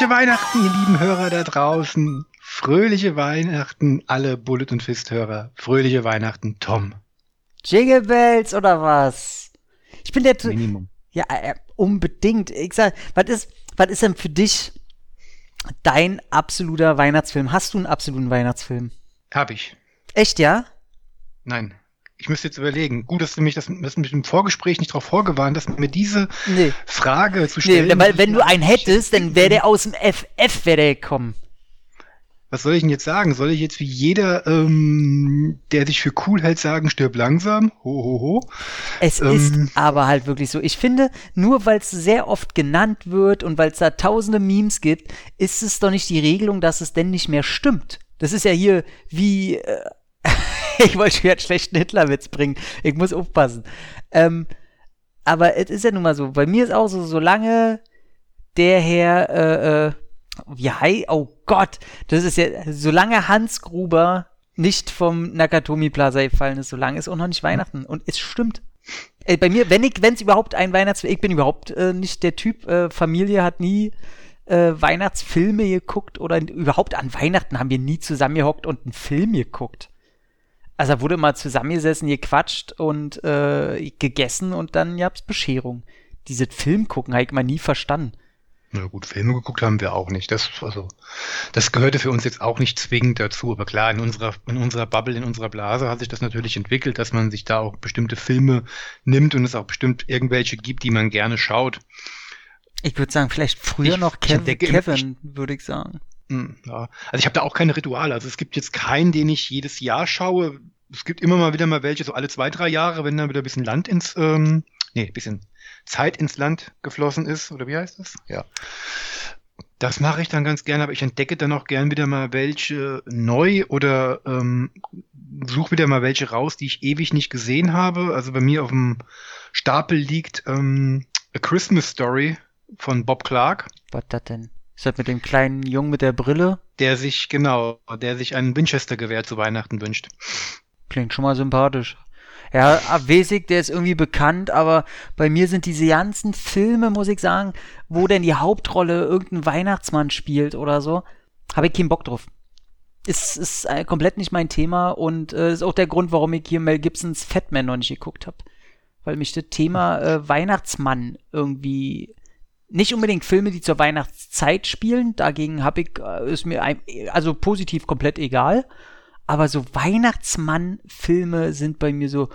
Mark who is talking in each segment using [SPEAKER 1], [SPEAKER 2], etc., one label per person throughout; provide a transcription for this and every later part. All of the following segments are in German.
[SPEAKER 1] Fröhliche Weihnachten, ihr lieben Hörer da draußen. Fröhliche Weihnachten, alle Bullet und Fist-Hörer. Fröhliche Weihnachten, Tom.
[SPEAKER 2] Jingle Bells oder was? Ich bin der
[SPEAKER 1] Minimum.
[SPEAKER 2] Ja, unbedingt. Ich sag, was ist denn für dich dein absoluter Weihnachtsfilm? Hast du einen absoluten Weihnachtsfilm?
[SPEAKER 1] Hab ich.
[SPEAKER 2] Echt, ja?
[SPEAKER 1] Nein. Ich müsste jetzt überlegen. Gut, dass du mich das mit dem Vorgespräch nicht darauf vorgewarnt hast, mir diese Frage zu stellen.
[SPEAKER 2] Nee, weil wenn du einen hättest, dann wäre der aus dem FF gekommen.
[SPEAKER 1] Was soll ich denn jetzt sagen? Soll ich jetzt wie jeder, der sich für cool hält, sagen, stirb langsam? Ho, ho, ho.
[SPEAKER 2] Es ist aber halt wirklich so. Ich finde, nur weil es sehr oft genannt wird und weil es da tausende Memes gibt, ist es doch nicht die Regelung, dass es denn nicht mehr stimmt. Das ist ja hier wie, ich wollte schon einen schlechten Hitlerwitz bringen. Ich muss aufpassen. Aber es ist ja nun mal so. Bei mir ist auch so, solange der Herr, oh Gott, das ist ja, solange Hans Gruber nicht vom Nakatomi Plaza gefallen ist, solange ist auch noch nicht Weihnachten. Und es stimmt. Bei mir, wenn es überhaupt ein Weihnachtsfilm, ich bin überhaupt nicht der Typ, Familie hat nie Weihnachtsfilme geguckt oder überhaupt an Weihnachten haben wir nie zusammengehockt und einen Film geguckt. Also da wurde mal zusammengesessen, gequatscht und gegessen und dann gab's Bescherung. Dieses Film gucken habe ich mal nie verstanden.
[SPEAKER 1] Na gut, Filme geguckt haben wir auch nicht. Das gehörte für uns jetzt auch nicht zwingend dazu. Aber klar, in unserer Bubble, in unserer Blase hat sich das natürlich entwickelt, dass man sich da auch bestimmte Filme nimmt und es auch bestimmt irgendwelche gibt, die man gerne schaut.
[SPEAKER 2] Ich würde sagen, vielleicht früher noch Kevin, würde ich sagen.
[SPEAKER 1] Ja. Also ich habe da auch keine Rituale. Also es gibt jetzt keinen, den ich jedes Jahr schaue. Es gibt immer mal wieder mal welche, so alle 2-3 Jahre, wenn dann wieder ein bisschen bisschen Zeit ins Land geflossen ist, oder wie heißt das? Ja. Das mache ich dann ganz gerne, aber ich entdecke dann auch gern wieder mal welche neu oder suche wieder mal welche raus, die ich ewig nicht gesehen habe. Also bei mir auf dem Stapel liegt A Christmas Story von Bob Clark.
[SPEAKER 2] Was das denn? Ist das mit dem kleinen Jungen mit der Brille?
[SPEAKER 1] Der sich ein Winchester-Gewehr zu Weihnachten wünscht.
[SPEAKER 2] Klingt schon mal sympathisch. Ja, Abwesig, der ist irgendwie bekannt, aber bei mir sind diese ganzen Filme, muss ich sagen, wo denn die Hauptrolle irgendein Weihnachtsmann spielt oder so, habe ich keinen Bock drauf. Ist komplett nicht mein Thema und ist auch der Grund, warum ich hier Mel Gibsons Fatman noch nicht geguckt habe. Weil mich das Thema Weihnachtsmann irgendwie, nicht unbedingt Filme, die zur Weihnachtszeit spielen, dagegen ist mir also positiv komplett egal. Aber so Weihnachtsmann-Filme sind bei mir so,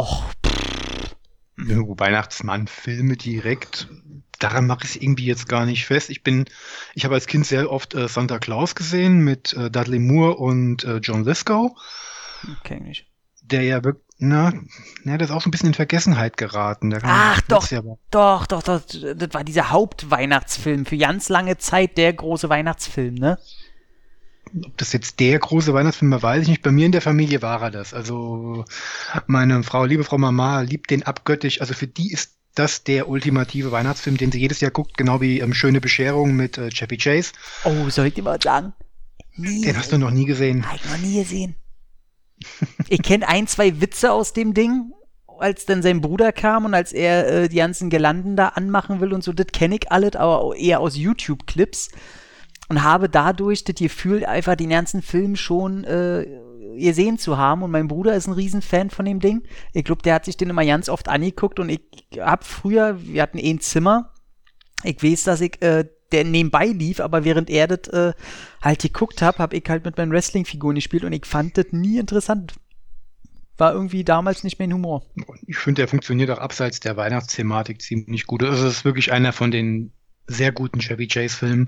[SPEAKER 1] Weihnachtsmann-Filme direkt, daran mache ich es irgendwie jetzt gar nicht fest. Ich habe als Kind sehr oft Santa Claus gesehen mit Dudley Moore und John Lithgow.
[SPEAKER 2] Kenn ich.
[SPEAKER 1] Der ja wirklich, der ist auch so ein bisschen in Vergessenheit geraten.
[SPEAKER 2] Doch. Das war dieser Hauptweihnachtsfilm für ganz lange Zeit, der große Weihnachtsfilm, ne?
[SPEAKER 1] Ob das jetzt der große Weihnachtsfilm war, weiß ich nicht. Bei mir in der Familie war er das. Also meine liebe Frau Mama, liebt den abgöttisch. Also für die ist das der ultimative Weihnachtsfilm, den sie jedes Jahr guckt, genau wie Schöne Bescherung mit Chevy Chase.
[SPEAKER 2] Oh, soll ich dir mal sagen?
[SPEAKER 1] Den hast du noch nie gesehen.
[SPEAKER 2] Hab ich noch nie gesehen. Ich kenne 1-2 Witze aus dem Ding, als dann sein Bruder kam und als er die ganzen Girlanden da anmachen will und so, das kenne ich alles, aber eher aus YouTube-Clips. Und habe dadurch das Gefühl, einfach den ganzen Film schon gesehen zu haben. Und mein Bruder ist ein Riesenfan von dem Ding. Ich glaube, der hat sich den immer ganz oft angeguckt. Und ich habe früher, wir hatten ein Zimmer. Ich weiß, dass der nebenbei lief, aber während er das halt geguckt habe ich halt mit meinen Wrestling-Figuren gespielt. Und ich fand das nie interessant. War irgendwie damals nicht mein Humor.
[SPEAKER 1] Ich finde, der funktioniert auch abseits der Weihnachtsthematik ziemlich gut. Also es ist wirklich einer von den sehr guten Chevy Chase-Filmen.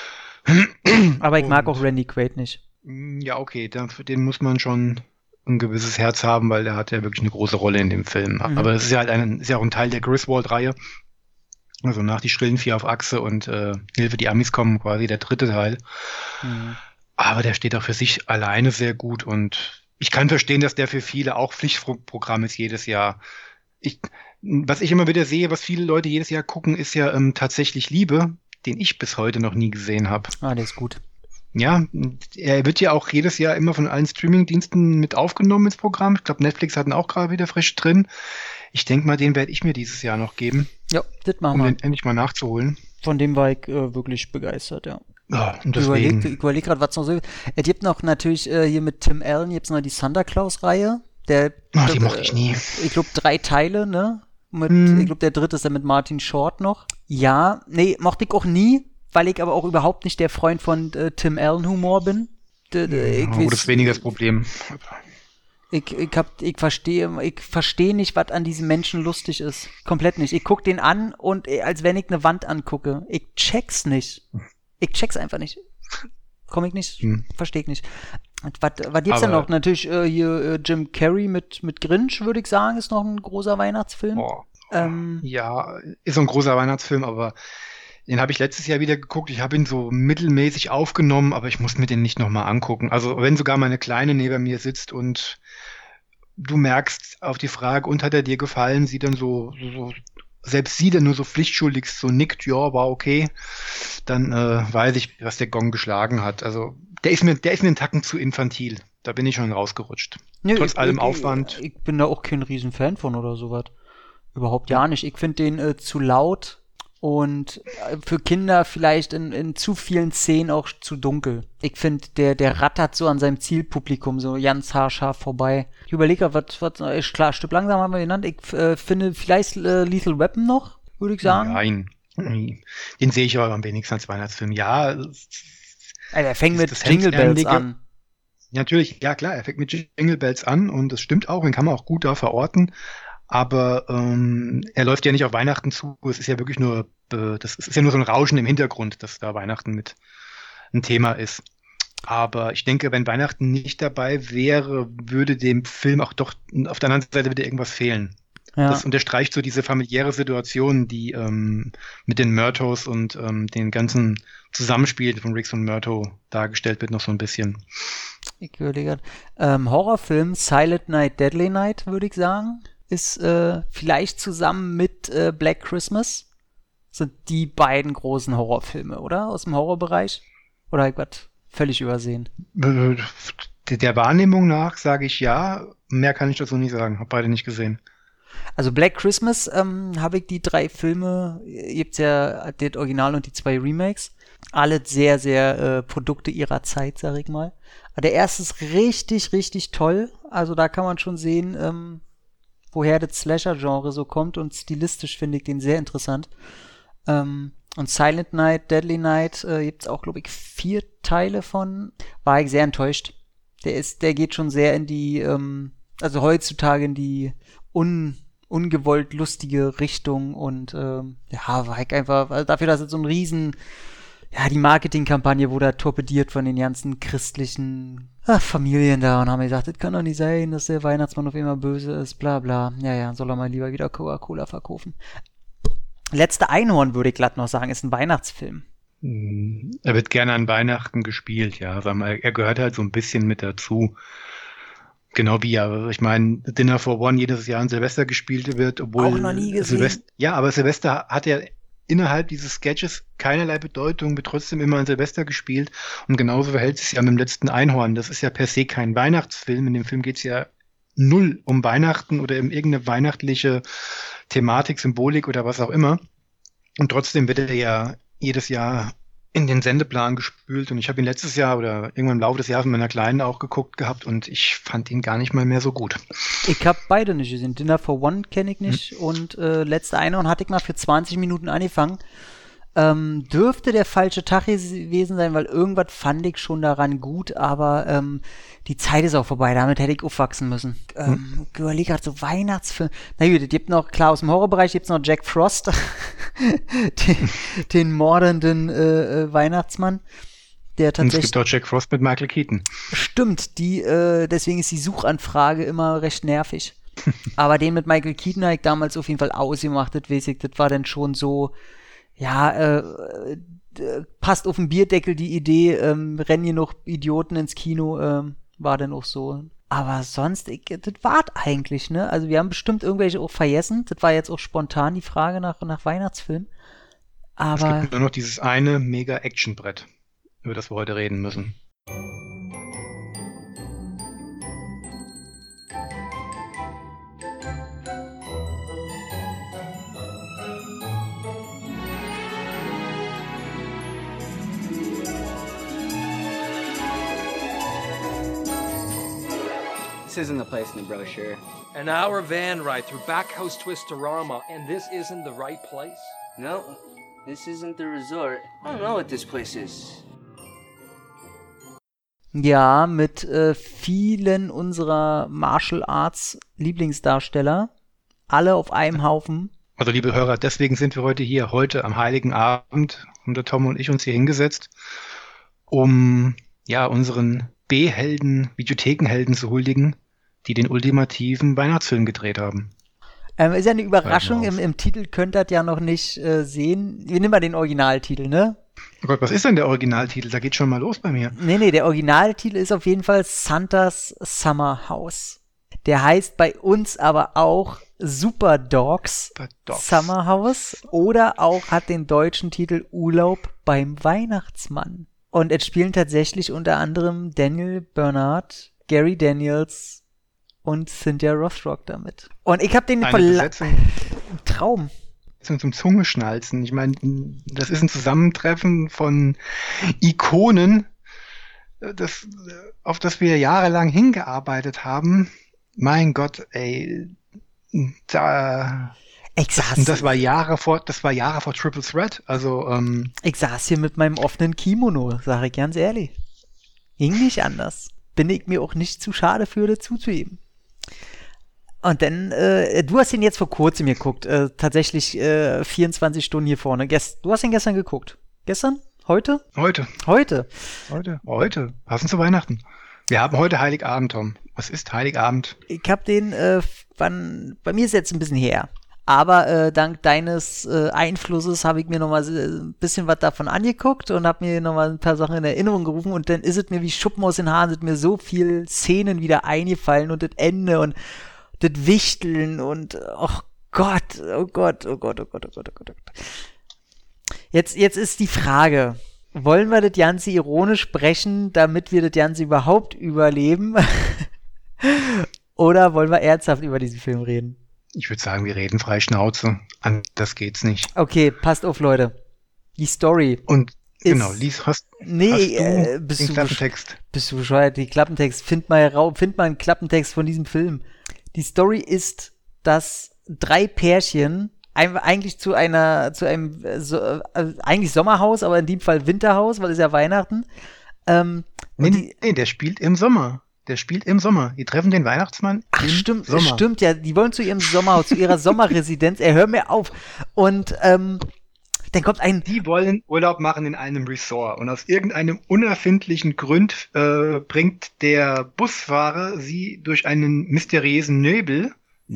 [SPEAKER 2] Aber ich mag auch Randy Quaid nicht.
[SPEAKER 1] Ja, okay, für den muss man schon ein gewisses Herz haben, weil der hat ja wirklich eine große Rolle in dem Film. Mhm. Aber es ist ja halt ist ja auch ein Teil der Griswold-Reihe. Also nach die schrillen 4 auf Achse und Hilfe, die Amis kommen, quasi der 3. Teil. Mhm. Aber der steht auch für sich alleine sehr gut und ich kann verstehen, dass der für viele auch Pflichtprogramm ist jedes Jahr. Was ich immer wieder sehe, was viele Leute jedes Jahr gucken, ist ja tatsächlich Liebe, den ich bis heute noch nie gesehen habe.
[SPEAKER 2] Ah, der ist gut.
[SPEAKER 1] Ja, er wird ja auch jedes Jahr immer von allen Streaming-Diensten mit aufgenommen ins Programm. Ich glaube, Netflix hat ihn auch gerade wieder frisch drin. Ich denke mal, den werde ich mir dieses Jahr noch geben.
[SPEAKER 2] Ja, das machen wir.
[SPEAKER 1] Um den endlich mal nachzuholen.
[SPEAKER 2] Von dem war ich wirklich begeistert, ja.
[SPEAKER 1] Ja, und
[SPEAKER 2] Ich
[SPEAKER 1] deswegen.
[SPEAKER 2] überleg gerade, was noch so. Es gibt noch natürlich hier mit Tim Allen gibt's noch die Santa Claus-Reihe.
[SPEAKER 1] Die mochte ich nie.
[SPEAKER 2] Ich glaube, 3 Teile, ne? Ich
[SPEAKER 1] Hm.
[SPEAKER 2] glaube, der dritte ist dann mit Martin Short noch. Ja, nee, mochte ich auch nie, weil ich aber auch überhaupt nicht der Freund von Tim Allen-Humor bin. Ich
[SPEAKER 1] Ja, gut, das ist
[SPEAKER 2] weiß,
[SPEAKER 1] weniger das Problem.
[SPEAKER 2] ich verstehe nicht, was an diesem Menschen lustig ist. Komplett nicht. Ich guck den an und als wenn ich eine Wand angucke. Ich check's nicht. Ich check's einfach nicht. Komm ich nicht,
[SPEAKER 1] Hm.
[SPEAKER 2] verstehe ich nicht. Was gibt's denn
[SPEAKER 1] Aber
[SPEAKER 2] noch? Natürlich hier Jim Carrey mit Grinch, würde ich sagen, ist noch ein großer Weihnachtsfilm.
[SPEAKER 1] oh,
[SPEAKER 2] Ähm,
[SPEAKER 1] ja, ist so ein großer Weihnachtsfilm, aber den habe ich letztes Jahr wieder geguckt. Ich habe ihn so mittelmäßig aufgenommen, aber ich muss mir den nicht nochmal angucken. Also wenn sogar meine Kleine neben mir sitzt und du merkst auf die Frage, und hat er dir gefallen, sie dann selbst sie dann nur so pflichtschuldigst so nickt, ja, war okay, dann weiß ich, was der Gong geschlagen hat. Also der ist mir einen Tacken zu infantil. Da bin ich schon rausgerutscht.
[SPEAKER 2] nö,
[SPEAKER 1] Trotz allem Aufwand.
[SPEAKER 2] ich bin da auch kein Riesenfan von oder sowas. Überhaupt ja nicht. Ich finde den zu laut und für Kinder vielleicht in zu vielen Szenen auch zu dunkel. Ich finde, der rattert so an seinem Zielpublikum so ganz haarscharf vorbei. Ich überlege, was ist klar, Stück langsam haben wir genannt. Ich finde vielleicht Lethal Weapon noch, würde ich sagen.
[SPEAKER 1] Nein. Den sehe ich aber am wenigsten als Weihnachtsfilm. Ja,
[SPEAKER 2] Also er fängt mit
[SPEAKER 1] das
[SPEAKER 2] Jingle Bells
[SPEAKER 1] Hemdsärmelige.
[SPEAKER 2] an.
[SPEAKER 1] Natürlich, ja klar, er fängt mit Jingle Bells an und das stimmt auch, den kann man auch gut da verorten. Aber er läuft ja nicht auf Weihnachten zu. Es ist ja wirklich nur, das ist ja nur so ein Rauschen im Hintergrund, dass da Weihnachten mit ein Thema ist. Aber ich denke, wenn Weihnachten nicht dabei wäre, würde dem Film auch doch auf der anderen Seite wieder irgendwas fehlen.
[SPEAKER 2] Ja.
[SPEAKER 1] Das unterstreicht so diese familiäre Situation, die mit den Murtaugh und den ganzen Zusammenspiel von Riggs und Murtaugh dargestellt wird, noch so ein bisschen.
[SPEAKER 2] Ich überlege Horrorfilm Silent Night, Deadly Night, würde ich sagen, ist vielleicht zusammen mit Black Christmas sind die beiden großen Horrorfilme, oder? Aus dem Horrorbereich? Oder hab ich was völlig übersehen?
[SPEAKER 1] Äh, Der Wahrnehmung nach sage ich ja, mehr kann ich dazu nicht sagen, habe beide nicht gesehen.
[SPEAKER 2] Also Black Christmas habe ich die 3 Filme, gibt's ja das Original und die 2 Remakes. Alle sehr, sehr Produkte ihrer Zeit, sag ich mal. Aber der erste ist richtig, richtig toll. Also da kann man schon sehen, woher das Slasher-Genre so kommt und stilistisch finde ich den sehr interessant. Und Silent Night, Deadly Night gibt's auch, glaube ich, 4 Teile von. War ich sehr enttäuscht. Der geht schon sehr in die, also heutzutage in die ungewollt lustige Richtung und ja, war ich einfach, also dafür, dass es so ein riesen, ja, die Marketingkampagne wurde torpediert von den ganzen christlichen Familien da und haben gesagt, das kann doch nicht sein, dass der Weihnachtsmann auf immer böse ist, bla bla. Ja, soll er mal lieber wieder Coca-Cola verkaufen. Letzte Einhorn, würde ich glatt noch sagen, ist ein Weihnachtsfilm.
[SPEAKER 1] Er wird gerne an Weihnachten gespielt, ja, weil er gehört halt so ein bisschen mit dazu. Genau wie ja, ich meine, Dinner for One jedes Jahr an Silvester gespielt wird, obwohl
[SPEAKER 2] Auch noch nie gesehen.
[SPEAKER 1] Ja, aber Silvester hat ja innerhalb dieses Sketches keinerlei Bedeutung, wird trotzdem immer an Silvester gespielt. Und genauso verhält es sich ja mit dem letzten Einhorn. Das ist ja per se kein Weihnachtsfilm. In dem Film geht es ja null um Weihnachten oder um irgendeine weihnachtliche Thematik, Symbolik oder was auch immer. Und trotzdem wird er ja jedes Jahr in den Sendeplan gespült und ich habe ihn letztes Jahr oder irgendwann im Laufe des Jahres mit meiner Kleinen auch geguckt gehabt und ich fand ihn gar nicht mal mehr so gut.
[SPEAKER 2] Ich habe beide nicht gesehen. Dinner for One kenne ich nicht und letzte Einhorn hatte ich mal für 20 Minuten angefangen. Dürfte der falsche Tag gewesen sein, weil irgendwas fand ich schon daran gut, aber die Zeit ist auch vorbei, damit hätte ich aufwachsen müssen. Ich überlege gerade so Weihnachtsfilm. Na gut, es gibt noch, klar, aus dem Horrorbereich gibt es noch Jack Frost, den mordenden Weihnachtsmann, der
[SPEAKER 1] Und es
[SPEAKER 2] tatsächlich...
[SPEAKER 1] gibt auch Jack Frost mit Michael Keaton.
[SPEAKER 2] Stimmt, deswegen ist die Suchanfrage immer recht nervig. Aber den mit Michael Keaton habe ich damals auf jeden Fall ausgemacht, das weiß ich, das war dann schon so, ja, passt auf den Bierdeckel die Idee, rennen hier noch Idioten ins Kino, war dann auch so. Aber sonst, das war's eigentlich, ne? Also wir haben bestimmt irgendwelche auch vergessen. Das war jetzt auch spontan die Frage nach Weihnachtsfilm.
[SPEAKER 1] Es
[SPEAKER 2] Aber
[SPEAKER 1] gibt nur noch dieses eine Mega-Action-Brett, über das wir heute reden müssen.
[SPEAKER 3] This isn't the place in the brochure.
[SPEAKER 4] An hour van ride through Backhouse Twistorama, and this isn't the right place?
[SPEAKER 3] No, this isn't the resort. I don't know what this place is.
[SPEAKER 2] Ja, mit vielen unserer Martial Arts Lieblingsdarsteller. Alle auf einem Haufen.
[SPEAKER 1] Also liebe Hörer, deswegen sind wir heute am Heiligen Abend, haben der Tom und ich uns hier hingesetzt, um ja unseren B-Helden, Videothekenhelden zu huldigen, die den ultimativen Weihnachtsfilm gedreht haben.
[SPEAKER 2] Ist ja eine Überraschung, im Titel könnt ihr das ja noch nicht sehen. Wir nehmen mal den Originaltitel, ne?
[SPEAKER 1] Oh Gott, was ist denn der Originaltitel? Da geht schon mal los bei mir.
[SPEAKER 2] Nee, der Originaltitel ist auf jeden Fall Santa's Summer House. Der heißt bei uns aber auch Super Dogs Summer House oder auch hat den deutschen Titel Urlaub beim Weihnachtsmann. Und es spielen tatsächlich unter anderem Daniel Bernard, Gary Daniels und Cynthia Rothrock damit. Und ich habe den Traum.
[SPEAKER 1] Zum Zungeschnalzen. Ich meine, das ist ein Zusammentreffen von Ikonen, auf das wir jahrelang hingearbeitet haben. Mein Gott, ey. Das war Jahre vor Triple Threat. Also,
[SPEAKER 2] ich saß hier mit meinem offenen Kimono, sage ich ganz ehrlich. Ging nicht anders. Bin ich mir auch nicht zu schade für, dazu zu geben. Und dann, du hast ihn jetzt vor kurzem geguckt, tatsächlich 24 Stunden hier vorne. Du hast ihn gestern geguckt. Gestern? Heute?
[SPEAKER 1] Heute. Passend zu Weihnachten. Wir haben heute Heiligabend, Tom. Was ist Heiligabend?
[SPEAKER 2] Ich habe den, bei mir ist jetzt ein bisschen her. Aber dank deines Einflusses habe ich mir nochmal ein bisschen was davon angeguckt und habe mir nochmal ein paar Sachen in Erinnerung gerufen. Und dann ist es mir wie Schuppen aus den Haaren, sind mir so viele Szenen wieder eingefallen und das Ende und das Wichteln und oh Gott. Jetzt ist die Frage, wollen wir das Ganze ironisch sprechen, damit wir das Ganze überhaupt überleben? Oder wollen wir ernsthaft über diesen Film reden?
[SPEAKER 1] Ich würde sagen, wir reden frei Schnauze. Anders geht's nicht.
[SPEAKER 2] Okay, passt auf, Leute. Die Story.
[SPEAKER 1] Und genau, hast du den
[SPEAKER 2] Klappentext? Bist du bescheuert? Die Klappentext. Find mal einen Klappentext von diesem Film. Die Story ist, dass 3 Pärchen eigentlich zu einem eigentlich Sommerhaus, aber in dem Fall Winterhaus, weil es ja Weihnachten.
[SPEAKER 1] Der spielt im Sommer. Die treffen den Weihnachtsmann.
[SPEAKER 2] Ach, stimmt, ja. Die wollen zu ihrem Sommerhaus, zu ihrer Sommerresidenz. Hör mir auf. Und dann kommt
[SPEAKER 1] Die wollen Urlaub machen in einem Resort. Und aus irgendeinem unerfindlichen Grund bringt der Busfahrer sie durch einen mysteriösen Nebel.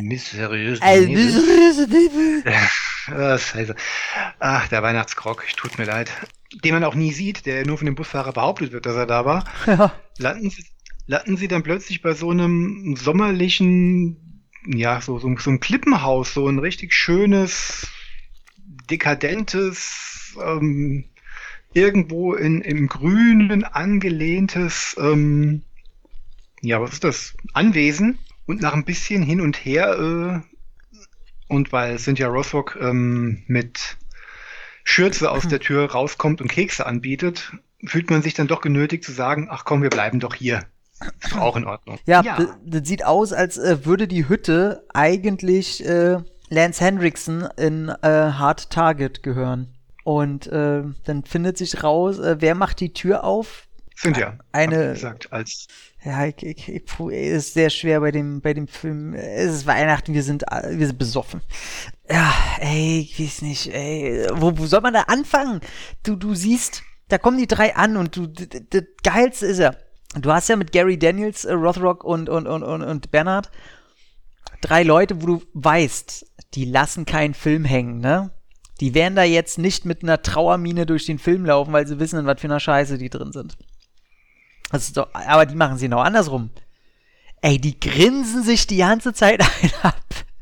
[SPEAKER 1] Ach, der Weihnachtsgrog, tut mir leid. Den man auch nie sieht, der nur von dem Busfahrer behauptet wird, dass er da war.
[SPEAKER 2] Ja.
[SPEAKER 1] Landen sie dann plötzlich bei so einem sommerlichen, ja, so ein Klippenhaus, so ein richtig schönes, dekadentes, irgendwo im Grünen angelehntes, was ist das? Anwesen. Und nach ein bisschen hin und her, und weil Cynthia Rothrock mit Schürze aus der Tür rauskommt und Kekse anbietet, fühlt man sich dann doch genötigt zu sagen, ach komm, wir bleiben doch hier. Ist auch in Ordnung.
[SPEAKER 2] Ja. Das sieht aus, als würde die Hütte eigentlich Lance Henriksen in Hard Target gehören. Und dann findet sich raus, wer macht die Tür auf?
[SPEAKER 1] Cynthia,
[SPEAKER 2] eine
[SPEAKER 1] gesagt, als
[SPEAKER 2] ja, ist sehr schwer bei dem Film. Es ist Weihnachten, wir sind besoffen. Ja, ich weiß nicht, wo soll man da anfangen? Du siehst, da kommen die 3 an und das Geilste ist ja, du hast ja mit Gary Daniels, Rothrock und Bernard 3 Leute, wo du weißt, die lassen keinen Film hängen, ne? Die werden da jetzt nicht mit einer Trauermine durch den Film laufen, weil sie wissen, in was für einer Scheiße die drin sind. Aber die machen sie genau andersrum. Die grinsen sich die ganze Zeit ab.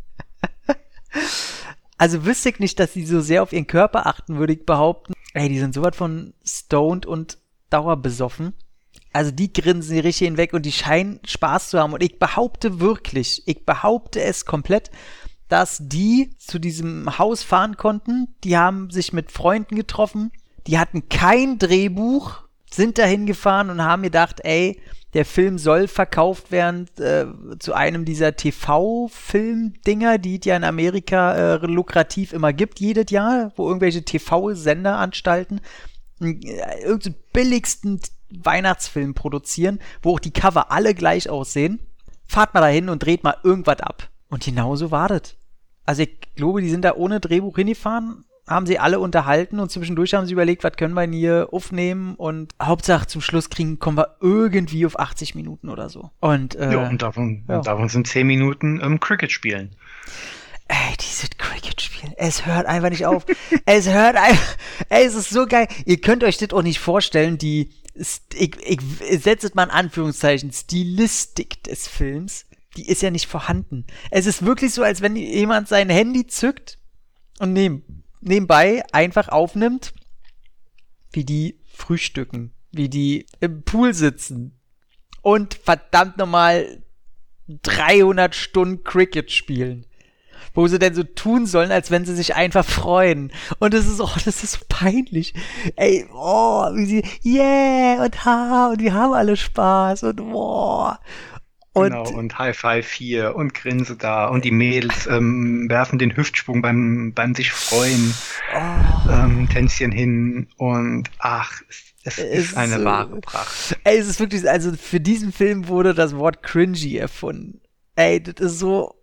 [SPEAKER 2] Also wüsste ich nicht, dass sie so sehr auf ihren Körper achten, würde ich behaupten. Die sind sowas von stoned und dauerbesoffen. Also die grinsen sie richtig hinweg und die scheinen Spaß zu haben. Und ich behaupte es komplett, dass die zu diesem Haus fahren konnten. Die haben sich mit Freunden getroffen. Die hatten kein Drehbuch, sind dahin gefahren und haben gedacht, Der Film soll verkauft werden zu einem dieser TV-Film-Dinger, die es ja in Amerika lukrativ immer gibt, jedes Jahr, wo irgendwelche TV-Senderanstalten irgendeinen billigsten Weihnachtsfilm produzieren, wo auch die Cover alle gleich aussehen. Fahrt mal dahin und dreht mal irgendwas ab. Und genauso war das. Also ich glaube, die sind da ohne Drehbuch hingefahren, haben sie alle unterhalten und zwischendurch haben sie überlegt, was können wir denn hier aufnehmen und Hauptsache zum Schluss kommen wir irgendwie auf 80 Minuten oder so. Und
[SPEAKER 1] davon sind 10 Minuten Cricket spielen.
[SPEAKER 2] Ey, dieses Cricket-Spiel, es hört einfach nicht auf. Es hört einfach, es ist so geil. Ihr könnt euch das auch nicht vorstellen, ich setze es mal in Anführungszeichen, Stilistik des Films, die ist ja nicht vorhanden. Es ist wirklich so, als wenn jemand sein Handy zückt und nebenbei einfach aufnimmt, wie die frühstücken, wie die im Pool sitzen und verdammt nochmal 300 Stunden Cricket spielen. Wo sie denn so tun sollen, als wenn sie sich einfach freuen. Und das ist so peinlich. Ey, wie sie, yeah, und wir haben alle Spaß und Und,
[SPEAKER 1] genau, und High Five hier und Grinse da und die Mädels werfen den Hüftsprung beim sich freuen, Tänzchen hin und es ist eine wahre Pracht.
[SPEAKER 2] Ey, es ist wirklich, also für diesen Film wurde das Wort cringy erfunden. Ey, das ist so,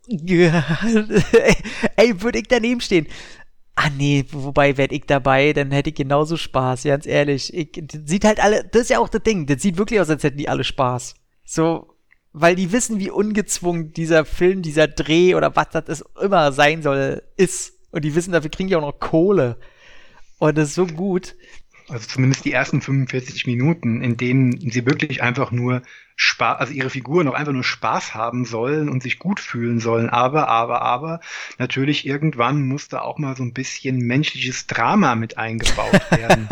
[SPEAKER 2] ey, würde ich daneben stehen. Nee, wobei werd ich dabei, dann hätte ich genauso Spaß, ganz ehrlich. Sieht halt alle, das ist ja auch das Ding, das sieht wirklich aus, als hätten die alle Spaß. So, weil die wissen, wie ungezwungen dieser Film, dieser Dreh oder was das immer sein soll, ist. Und die wissen, dafür kriegen die auch noch Kohle. Und das ist so gut.
[SPEAKER 1] Also zumindest die ersten 45 Minuten, in denen sie wirklich einfach nur Spaß, also ihre Figuren auch einfach nur Spaß haben sollen und sich gut fühlen sollen. Aber natürlich irgendwann musste auch mal so ein bisschen menschliches Drama mit eingebaut werden.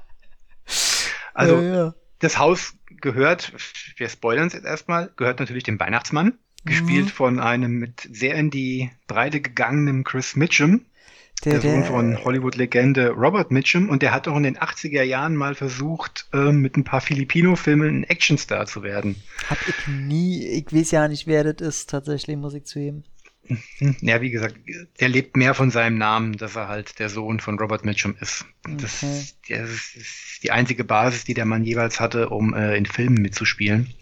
[SPEAKER 1] Also das Haus gehört, wir spoilern es jetzt erstmal, gehört natürlich dem Weihnachtsmann, gespielt von einem mit sehr in die Breite gegangenen Chris Mitchum. Der Sohn von Hollywood-Legende Robert Mitchum, und der hat auch in den 80er Jahren mal versucht, mit ein paar Filipino-Filmen ein Actionstar zu werden.
[SPEAKER 2] Ich weiß ja nicht, wer das ist, tatsächlich, muss ich zugeben.
[SPEAKER 1] Ja, wie gesagt, der lebt mehr von seinem Namen, dass er halt der Sohn von Robert Mitchum ist. Das ist die einzige Basis, die der Mann jeweils hatte, um in Filmen mitzuspielen.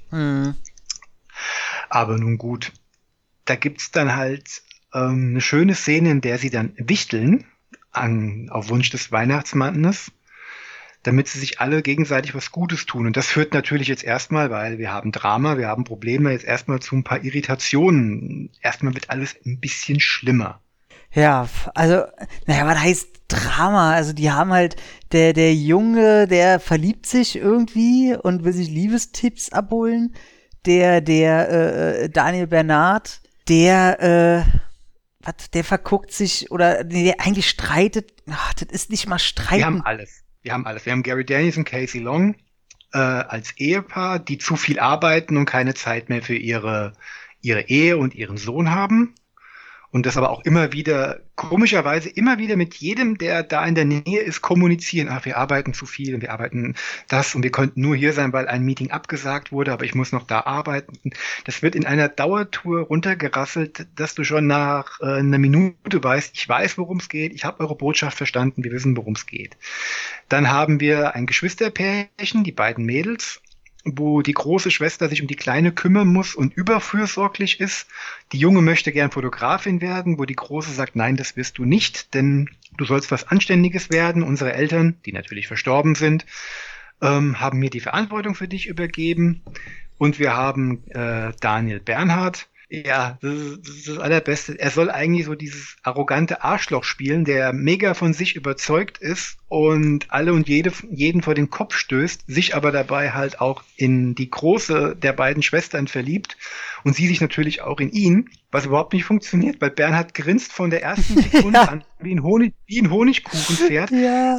[SPEAKER 1] Aber nun gut, da gibt's dann halt eine schöne Szene, in der sie dann wichteln, auf Wunsch des Weihnachtsmannes, damit sie sich alle gegenseitig was Gutes tun. Und das führt natürlich jetzt erstmal, weil wir haben Drama, wir haben Probleme, jetzt erstmal zu ein paar Irritationen. Erstmal wird alles ein bisschen schlimmer.
[SPEAKER 2] Ja, also, was heißt Drama? Also die haben halt, der Junge, der verliebt sich irgendwie und will sich Liebestipps abholen. Der Daniel Bernard, der verguckt sich oder der eigentlich streitet. Das ist nicht mal Streiten.
[SPEAKER 1] Wir haben alles. Wir haben Gary Daniels und Casey Long als Ehepaar, die zu viel arbeiten und keine Zeit mehr für ihre Ehe und ihren Sohn haben. Und das aber auch komischerweise immer wieder mit jedem, der da in der Nähe ist, kommunizieren. Wir arbeiten zu viel und wir arbeiten das und wir konnten nur hier sein, weil ein Meeting abgesagt wurde, aber ich muss noch da arbeiten. Das wird in einer Dauertour runtergerasselt, dass du schon nach einer Minute weißt, ich weiß, worum es geht, ich habe eure Botschaft verstanden, wir wissen, worum es geht. Dann haben wir ein Geschwisterpärchen, die beiden Mädels, wo die große Schwester sich um die Kleine kümmern muss und überfürsorglich ist. Die Junge möchte gern Fotografin werden, wo die Große sagt, nein, das wirst du nicht, denn du sollst was Anständiges werden. Unsere Eltern, die natürlich verstorben sind, haben mir die Verantwortung für dich übergeben. Und wir haben Daniel Bernhardt. Ja, das ist das Allerbeste. Er soll eigentlich so dieses arrogante Arschloch spielen, der mega von sich überzeugt ist und alle und jeden vor den Kopf stößt, sich aber dabei halt auch in die große der beiden Schwestern verliebt und sie sich natürlich auch in ihn, was überhaupt nicht funktioniert, weil Bernhard grinst von der ersten Sekunde an wie ein Honigkuchenpferd,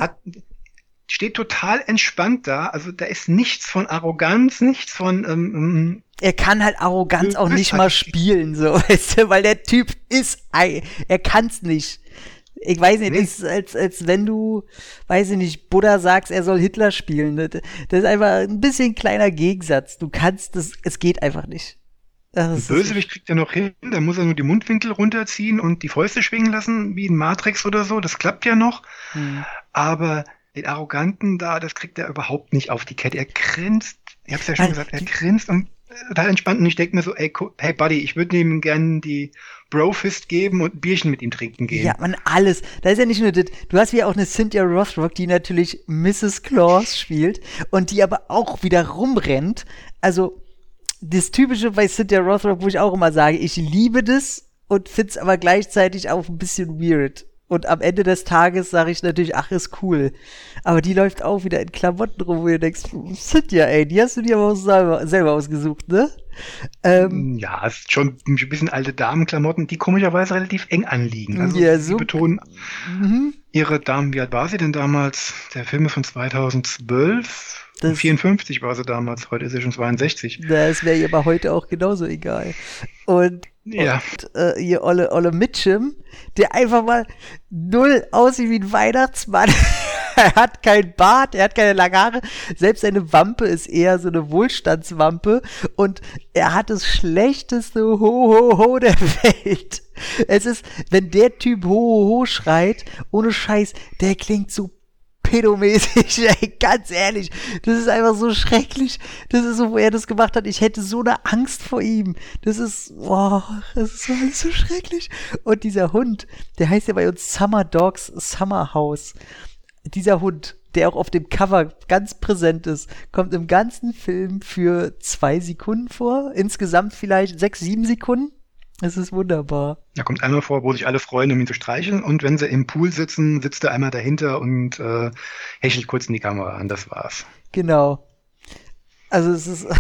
[SPEAKER 1] steht total entspannt da, also da ist nichts von Arroganz, nichts von
[SPEAKER 2] er kann halt Arroganz auch nicht mal spielen, so, weißt du, weil der Typ er kann's nicht. Ich weiß nicht, das ist als wenn du, weiß ich nicht, Buddha sagst, er soll Hitler spielen. Das ist einfach ein bisschen kleiner Gegensatz. Du kannst das, es geht einfach nicht.
[SPEAKER 1] Ein Bösewicht kriegt er noch hin, da muss er nur die Mundwinkel runterziehen und die Fäuste schwingen lassen, wie in Matrix oder so, das klappt ja noch. Aber den Arroganten da, das kriegt er überhaupt nicht auf die Kette. Er grinst, ich hab's ja schon gesagt, er grinst und total entspannt und ich denke mir so, hey Buddy, ich würde ihm gerne die Brofist geben und ein Bierchen mit ihm trinken gehen.
[SPEAKER 2] Ja, man, alles. Da ist ja nicht nur das, du hast ja auch eine Cynthia Rothrock, die natürlich Mrs. Claus spielt und die aber auch wieder rumrennt. Also, das Typische bei Cynthia Rothrock, wo ich auch immer sage, ich liebe das und find's aber gleichzeitig auch ein bisschen weird. Und am Ende des Tages sage ich natürlich, ach, ist cool. Aber die läuft auch wieder in Klamotten rum, wo du denkst, Cynthia, ey, die hast du dir aber auch selber ausgesucht, ne?
[SPEAKER 1] Ja, es ist schon ein bisschen alte Damenklamotten, die komischerweise relativ eng anliegen. Also
[SPEAKER 2] ja,
[SPEAKER 1] sie betonen ihre Damen, wie alt war sie denn damals? Der Film ist von 2012. 54 war sie damals, heute ist sie schon 62.
[SPEAKER 2] Das wäre ihr aber heute auch genauso egal. Und ihr Olle Mitchum, der einfach mal null aussieht wie ein Weihnachtsmann. Er hat kein Bart, er hat keine lange Haare. Selbst seine Wampe ist eher so eine Wohlstandswampe. Und er hat das schlechteste Ho-Ho-Ho der Welt. Es ist, wenn der Typ Ho-Ho-Ho schreit, ohne Scheiß, der klingt so pedomäßig, ey, ganz ehrlich, das ist einfach so schrecklich, das ist so, wo er das gemacht hat, ich hätte so eine Angst vor ihm, das ist so alles so schrecklich. Und dieser Hund, der heißt ja bei uns Summer Dogs Summer House, dieser Hund, der auch auf dem Cover ganz präsent ist, kommt im ganzen Film für 2 Sekunden vor, insgesamt vielleicht 6, 7 Sekunden. Es ist wunderbar.
[SPEAKER 1] Da kommt einmal vor, wo sich alle freuen, um ihn zu streicheln. Und wenn sie im Pool sitzen, sitzt er einmal dahinter und hechelt kurz in die Kamera an. Das war's.
[SPEAKER 2] Genau. Also es ist...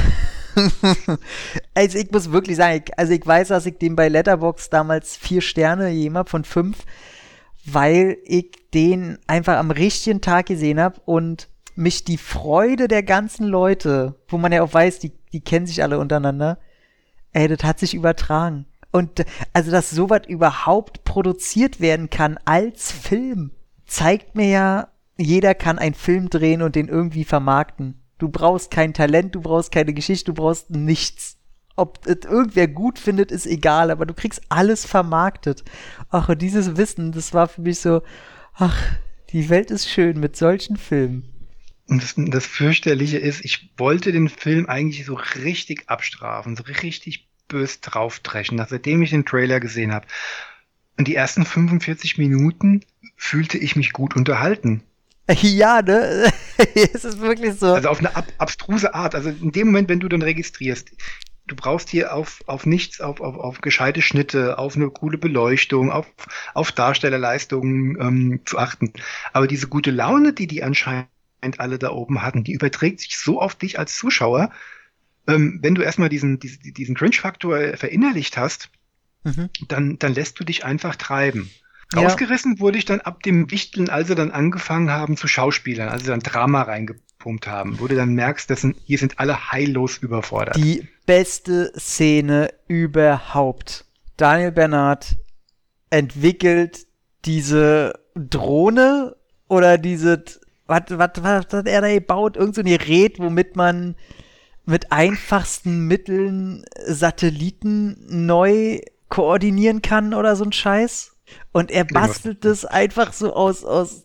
[SPEAKER 2] also ich muss wirklich sagen, ich weiß, dass ich dem bei Letterboxd damals 4 Sterne gegeben habe von 5, weil ich den einfach am richtigen Tag gesehen habe und mich die Freude der ganzen Leute, wo man ja auch weiß, die kennen sich alle untereinander, ey, das hat sich übertragen. Und also, dass sowas überhaupt produziert werden kann als Film, zeigt mir ja, jeder kann einen Film drehen und den irgendwie vermarkten. Du brauchst kein Talent, du brauchst keine Geschichte, du brauchst nichts. Ob es irgendwer gut findet, ist egal, aber du kriegst alles vermarktet. Ach, und dieses Wissen, das war für mich so, ach, die Welt ist schön mit solchen Filmen.
[SPEAKER 1] Und das Fürchterliche ist, ich wollte den Film eigentlich so richtig abstrafen, so richtig bös draufdreschen, seitdem ich den Trailer gesehen habe. Und die ersten 45 Minuten fühlte ich mich gut unterhalten.
[SPEAKER 2] Ja, ne? Es ist wirklich so.
[SPEAKER 1] Also auf eine abstruse Art. Also in dem Moment, wenn du dann registrierst, du brauchst hier auf nichts, auf gescheite Schnitte, auf eine coole Beleuchtung, auf Darstellerleistungen zu achten. Aber diese gute Laune, die anscheinend alle da oben hatten, die überträgt sich so auf dich als Zuschauer. Wenn du erstmal diesen Cringe-Faktor verinnerlicht hast, dann lässt du dich einfach treiben. Ja. Rausgerissen wurde ich dann ab dem Wichteln, als sie dann angefangen haben zu schauspielern, als sie dann Drama reingepumpt haben, wo du dann merkst, hier sind alle heillos überfordert.
[SPEAKER 2] Die beste Szene überhaupt. Daniel Bernhardt entwickelt diese Drohne oder diese, was hat er da gebaut? Irgend so ein Gerät, womit man mit einfachsten Mitteln Satelliten neu koordinieren kann oder so ein Scheiß. Und er bastelt das einfach so aus,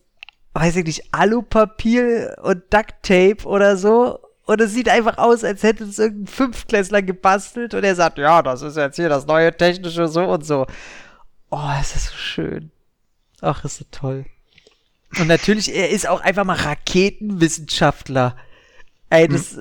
[SPEAKER 2] weiß ich nicht, Alupapier und Ducktape oder so. Und es sieht einfach aus, als hätte es irgendein Fünftklässler gebastelt. Und er sagt, ja, das ist jetzt hier das neue technische so und so. Oh, es ist so schön. Ach, ist so toll. Und natürlich, er ist auch einfach mal Raketenwissenschaftler. Ey, das...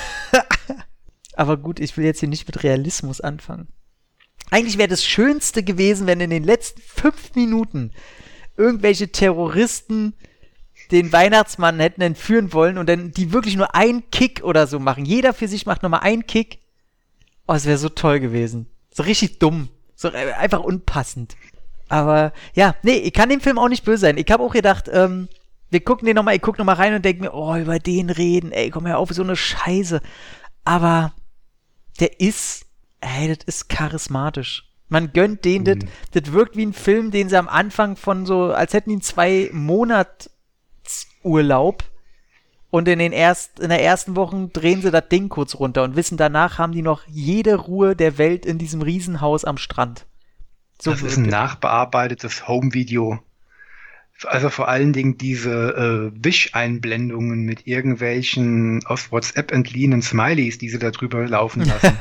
[SPEAKER 2] Aber gut, ich will jetzt hier nicht mit Realismus anfangen. Eigentlich wäre das Schönste gewesen, wenn in den letzten 5 Minuten irgendwelche Terroristen den Weihnachtsmann hätten entführen wollen und dann die wirklich nur einen Kick oder so machen. Jeder für sich macht nochmal einen Kick. Oh, es wäre so toll gewesen. So richtig dumm. So einfach unpassend. Aber ja, nee, ich kann dem Film auch nicht böse sein. Ich habe auch gedacht, ich guck nochmal rein und denke mir, oh, über den reden, ey, komm her auf, so eine Scheiße. Aber das ist charismatisch. Man gönnt denen, das wirkt wie ein Film, den sie am Anfang von so, als hätten die 2 Monatsurlaub und in der ersten Woche drehen sie das Ding kurz runter und wissen, danach haben die noch jede Ruhe der Welt in diesem Riesenhaus am Strand. So
[SPEAKER 1] das ist ein nachbearbeitetes Home-Video. Also vor allen Dingen diese Wischeinblendungen mit irgendwelchen aus WhatsApp entliehenen Smileys, die sie da drüber laufen lassen.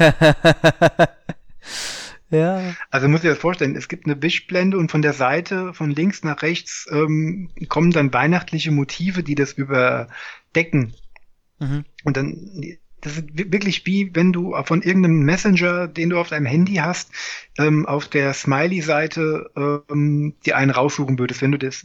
[SPEAKER 2] Ja.
[SPEAKER 1] Also muss ich das vorstellen, es gibt eine Wischblende und von der Seite, von links nach rechts, kommen dann weihnachtliche Motive, die das überdecken. Und dann, das ist wirklich wie wenn du von irgendeinem Messenger, den du auf deinem Handy hast, auf der Smiley-Seite dir einen raussuchen würdest, wenn du das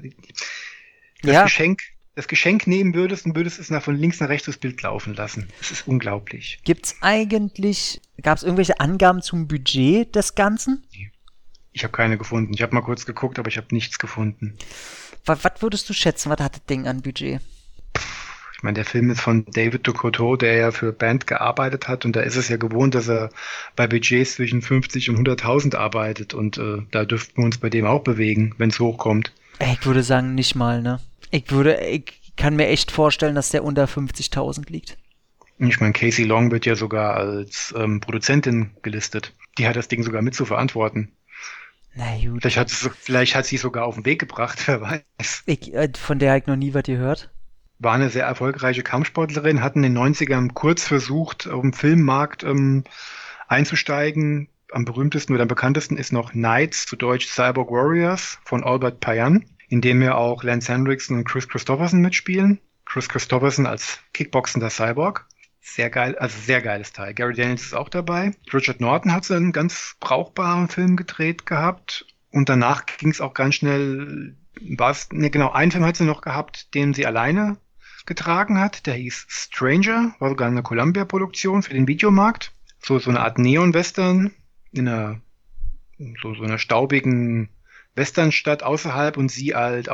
[SPEAKER 1] Geschenk nehmen würdest und würdest es von links nach rechts das Bild laufen lassen. Das ist unglaublich.
[SPEAKER 2] Gab es irgendwelche Angaben zum Budget des Ganzen?
[SPEAKER 1] Ich habe keine gefunden. Ich habe mal kurz geguckt, aber ich habe nichts gefunden.
[SPEAKER 2] Was würdest du schätzen, was hat das Ding an Budget?
[SPEAKER 1] Ich meine, der Film ist von David Ducoteau, der ja für Band gearbeitet hat und da ist es ja gewohnt, dass er bei Budgets zwischen 50 und 100.000 arbeitet und da dürften wir uns bei dem auch bewegen, wenn es hochkommt.
[SPEAKER 2] Ich würde sagen, nicht mal, ne? Ich kann mir echt vorstellen, dass der unter 50.000 liegt.
[SPEAKER 1] Ich meine, Casey Long wird ja sogar als Produzentin gelistet. Die hat das Ding sogar mit zu verantworten.
[SPEAKER 2] Na gut.
[SPEAKER 1] Vielleicht hat sie es sogar auf den Weg gebracht, wer weiß.
[SPEAKER 2] Von der habe ich noch nie was gehört.
[SPEAKER 1] War eine sehr erfolgreiche Kampfsportlerin, hat in den 90ern kurz versucht, auf dem Filmmarkt einzusteigen. Am berühmtesten oder am bekanntesten ist noch Knights, zu Deutsch Cyborg Warriors von Albert Payan, in dem ja auch Lance Henriksen und Chris Christopherson mitspielen. Chris Christopherson als kickboxender Cyborg. Sehr geil, also sehr geiles Teil. Gary Daniels ist auch dabei. Richard Norton hat so einen ganz brauchbaren Film gedreht gehabt. Und danach ging es auch ganz schnell, einen Film hat sie noch gehabt, den sie alleine getragen hat. Der hieß Stranger, war sogar eine Columbia-Produktion für den Videomarkt. So eine Art Neon-Western in einer staubigen Westernstadt außerhalb und sie halt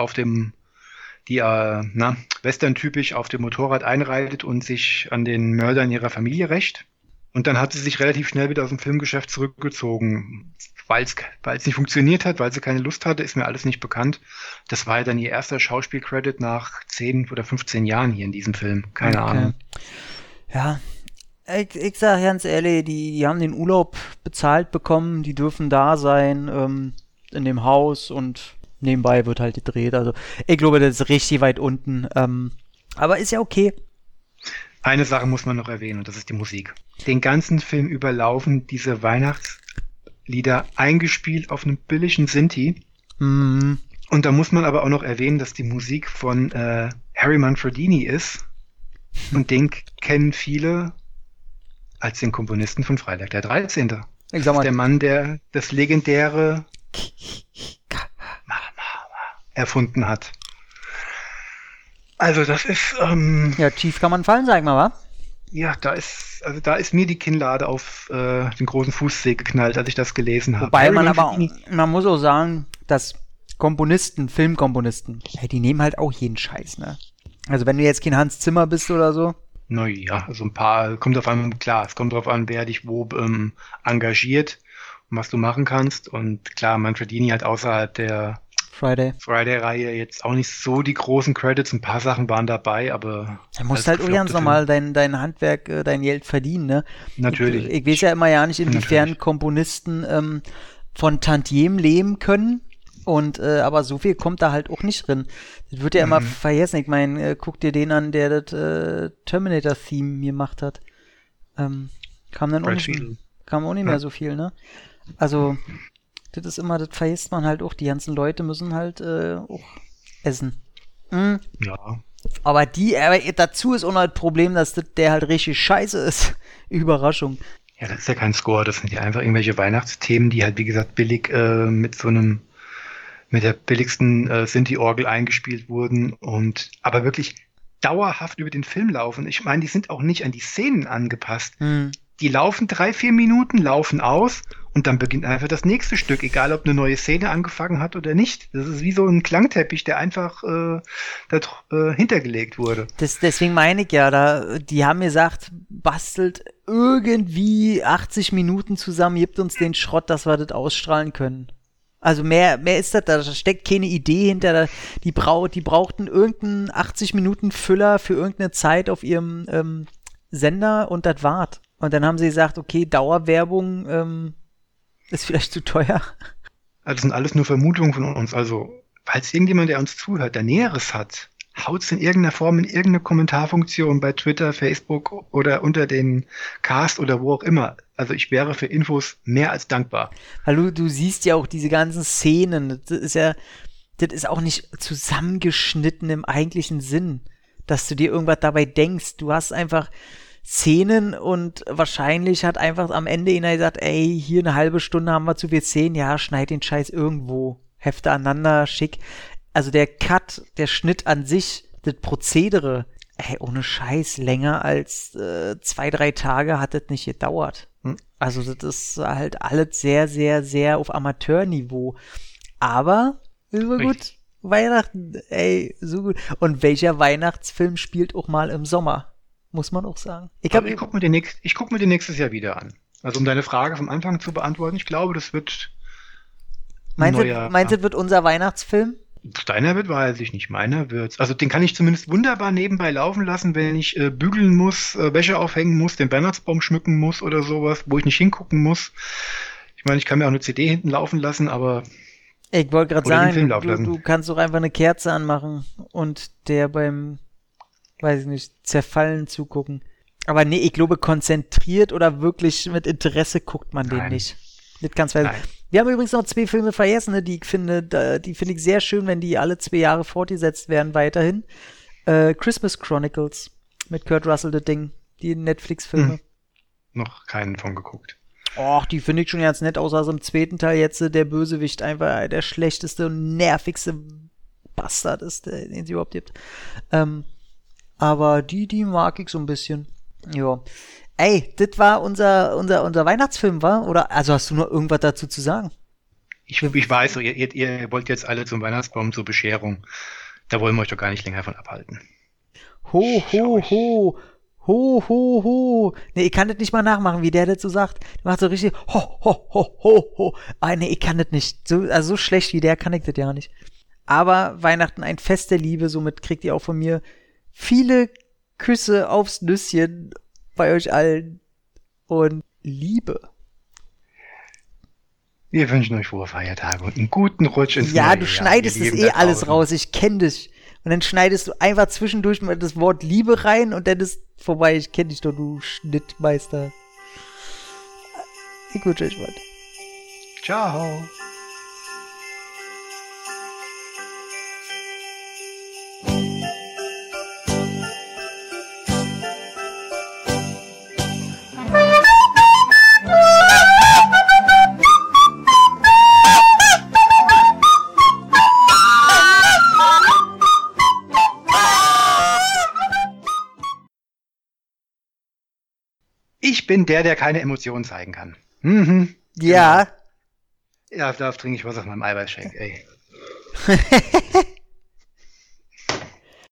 [SPEAKER 1] Western-typisch auf dem Motorrad einreitet und sich an den Mördern ihrer Familie rächt. Und dann hat sie sich relativ schnell wieder aus dem Filmgeschäft zurückgezogen, weil es nicht funktioniert hat, weil sie keine Lust hatte, ist mir alles nicht bekannt. Das war ja dann ihr erster Schauspielcredit nach 10 oder 15 Jahren hier in diesem Film. Keine Ahnung.
[SPEAKER 2] Ja, ich sage ganz ehrlich, die haben den Urlaub bezahlt bekommen, die dürfen da sein, in dem Haus und nebenbei wird halt gedreht. Also ich glaube, das ist richtig weit unten. Aber ist ja okay.
[SPEAKER 1] Eine Sache muss man noch erwähnen und das ist die Musik. Den ganzen Film überlaufen diese Weihnachtslieder eingespielt auf einem billigen Sinti. Und da muss man aber auch noch erwähnen, dass die Musik von Harry Manfredini ist. Und den kennen viele als den Komponisten von Freitag der 13.
[SPEAKER 2] Ich sag mal,
[SPEAKER 1] der Mann, der das legendäre erfunden hat. Also das ist
[SPEAKER 2] ja, tief kann man fallen, sag mal, wa?
[SPEAKER 1] Ja, da ist mir die Kinnlade auf den großen Fußzeh geknallt, als ich das gelesen habe.
[SPEAKER 2] Wobei man muss auch sagen, dass Filmkomponisten, die nehmen halt auch jeden Scheiß, ne? Also wenn du jetzt kein Hans Zimmer bist oder so.
[SPEAKER 1] Naja, also ein paar, es kommt drauf an, wer dich wo engagiert und was du machen kannst. Und klar, Manfredini halt außerhalb der Friday-Reihe jetzt auch nicht so die großen Credits. Ein paar Sachen waren dabei, aber...
[SPEAKER 2] Du musst halt auch ganz normal dein Handwerk, dein Geld verdienen, ne?
[SPEAKER 1] Natürlich.
[SPEAKER 2] Ich weiß ja immer ja nicht, inwiefern Komponisten von Tantiem leben können. Und aber so viel kommt da halt auch nicht drin. Das wird ja immer vergessen. Ich meine, guck dir den an, der das Terminator-Theme gemacht hat. Kam auch nicht mehr so viel, ne? Also, das ist immer, das vergisst man halt auch. Die ganzen Leute müssen halt auch essen.
[SPEAKER 1] Ja.
[SPEAKER 2] Aber dazu ist auch noch das Problem, dass der halt richtig scheiße ist. Überraschung.
[SPEAKER 1] Ja, das ist ja kein Score. Das sind ja einfach irgendwelche Weihnachtsthemen, die halt, wie gesagt, billig mit der billigsten Sinti-Orgel eingespielt wurden aber wirklich dauerhaft über den Film laufen. Ich meine, die sind auch nicht an die Szenen angepasst. Die laufen 3-4 Minuten, laufen aus und dann beginnt einfach das nächste Stück, egal ob eine neue Szene angefangen hat oder nicht. Das ist wie so ein Klangteppich, der einfach hintergelegt wurde.
[SPEAKER 2] Deswegen meine ich ja, die haben gesagt, bastelt irgendwie 80 Minuten zusammen, gibt uns den Schrott, dass wir das ausstrahlen können. Also mehr ist das, da steckt keine Idee hinter, die brauchten irgendeinen 80-Minuten-Füller für irgendeine Zeit auf ihrem Sender und das war's. Und dann haben sie gesagt, okay, Dauerwerbung ist vielleicht zu teuer.
[SPEAKER 1] Also das sind alles nur Vermutungen von uns. Also, falls irgendjemand, der uns zuhört, der Näheres hat, haut's in irgendeiner Form in irgendeine Kommentarfunktion bei Twitter, Facebook oder unter den Cast oder wo auch immer. Also ich wäre für Infos mehr als dankbar.
[SPEAKER 2] Weil du siehst ja auch diese ganzen Szenen, das ist auch nicht zusammengeschnitten im eigentlichen Sinn, dass du dir irgendwas dabei denkst. Du hast einfach Szenen und wahrscheinlich hat einfach am Ende einer gesagt, ey, hier eine halbe Stunde haben wir zu viel Szenen, ja, schneid den Scheiß irgendwo, Hefte aneinander, schick. Also der Cut, der Schnitt an sich, das Prozedere, ey, ohne Scheiß, länger als 2-3 Tage hat das nicht gedauert. Also das ist halt alles sehr, sehr, sehr auf Amateurniveau. Aber, ist mal gut, Weihnachten, ey, so gut. Und welcher Weihnachtsfilm spielt auch mal im Sommer? Muss man auch sagen.
[SPEAKER 1] Ich guck mir den nächstes Jahr wieder an. Also um deine Frage vom Anfang zu beantworten, ich glaube, das wird
[SPEAKER 2] Meinst du, wird unser Weihnachtsfilm?
[SPEAKER 1] Deiner wird, weiß ich nicht. Meiner wird's. Also den kann ich zumindest wunderbar nebenbei laufen lassen, wenn ich bügeln muss, Wäsche aufhängen muss, den Weihnachtsbaum schmücken muss oder sowas, wo ich nicht hingucken muss. Ich meine, ich kann mir auch eine CD hinten laufen lassen, aber
[SPEAKER 2] ich wollte gerade sagen, du kannst doch einfach eine Kerze anmachen und der beim, weiß ich nicht, Zerfallen zugucken. Aber nee, ich glaube, konzentriert oder wirklich mit Interesse guckt man den nicht. Das kann's sein. Wir haben übrigens noch 2 Filme vergessen, ne, die finde ich sehr schön, wenn die alle 2 Jahre fortgesetzt werden weiterhin. Christmas Chronicles mit Kurt Russell, das Ding, die Netflix-Filme.
[SPEAKER 1] Noch keinen von geguckt.
[SPEAKER 2] Och, die finde ich schon ganz nett, außer im zweiten Teil jetzt der Bösewicht einfach der schlechteste und nervigste Bastard ist, den es überhaupt gibt. Aber die mag ich so ein bisschen. Ja. Ey, das war unser Weihnachtsfilm, war? Oder, also hast du nur irgendwas dazu zu sagen?
[SPEAKER 1] Ich weiß, so, ihr wollt jetzt alle zum Weihnachtsbaum zur Bescherung. Da wollen wir euch doch gar nicht länger von abhalten.
[SPEAKER 2] Ho, ho, ho. Ho, ho, ho. Nee, ich kann das nicht mal nachmachen, wie der das so sagt. Der macht so richtig ho, ho, ho, ho, ho. Ah, nee, ich kann das nicht. So schlecht wie der kann ich das ja nicht. Aber Weihnachten ein Fest der Liebe, somit kriegt ihr auch von mir viele Küsse aufs Nüsschen bei euch allen und Liebe.
[SPEAKER 1] Wir wünschen euch frohe Feiertage und einen guten Rutsch ins neue Jahr.
[SPEAKER 2] Ja, du schneidest es alles raus, ich kenne dich. Und dann schneidest du einfach zwischendurch mal das Wort Liebe rein und dann ist vorbei. Ich kenne dich doch, du Schnittmeister. Ich wünsche euch was.
[SPEAKER 1] Ciao. Ich bin der keine Emotionen zeigen kann. Mhm.
[SPEAKER 2] Ja.
[SPEAKER 1] Genau. Ja, da trinke ich was aus meinem Eiweißshake, ey.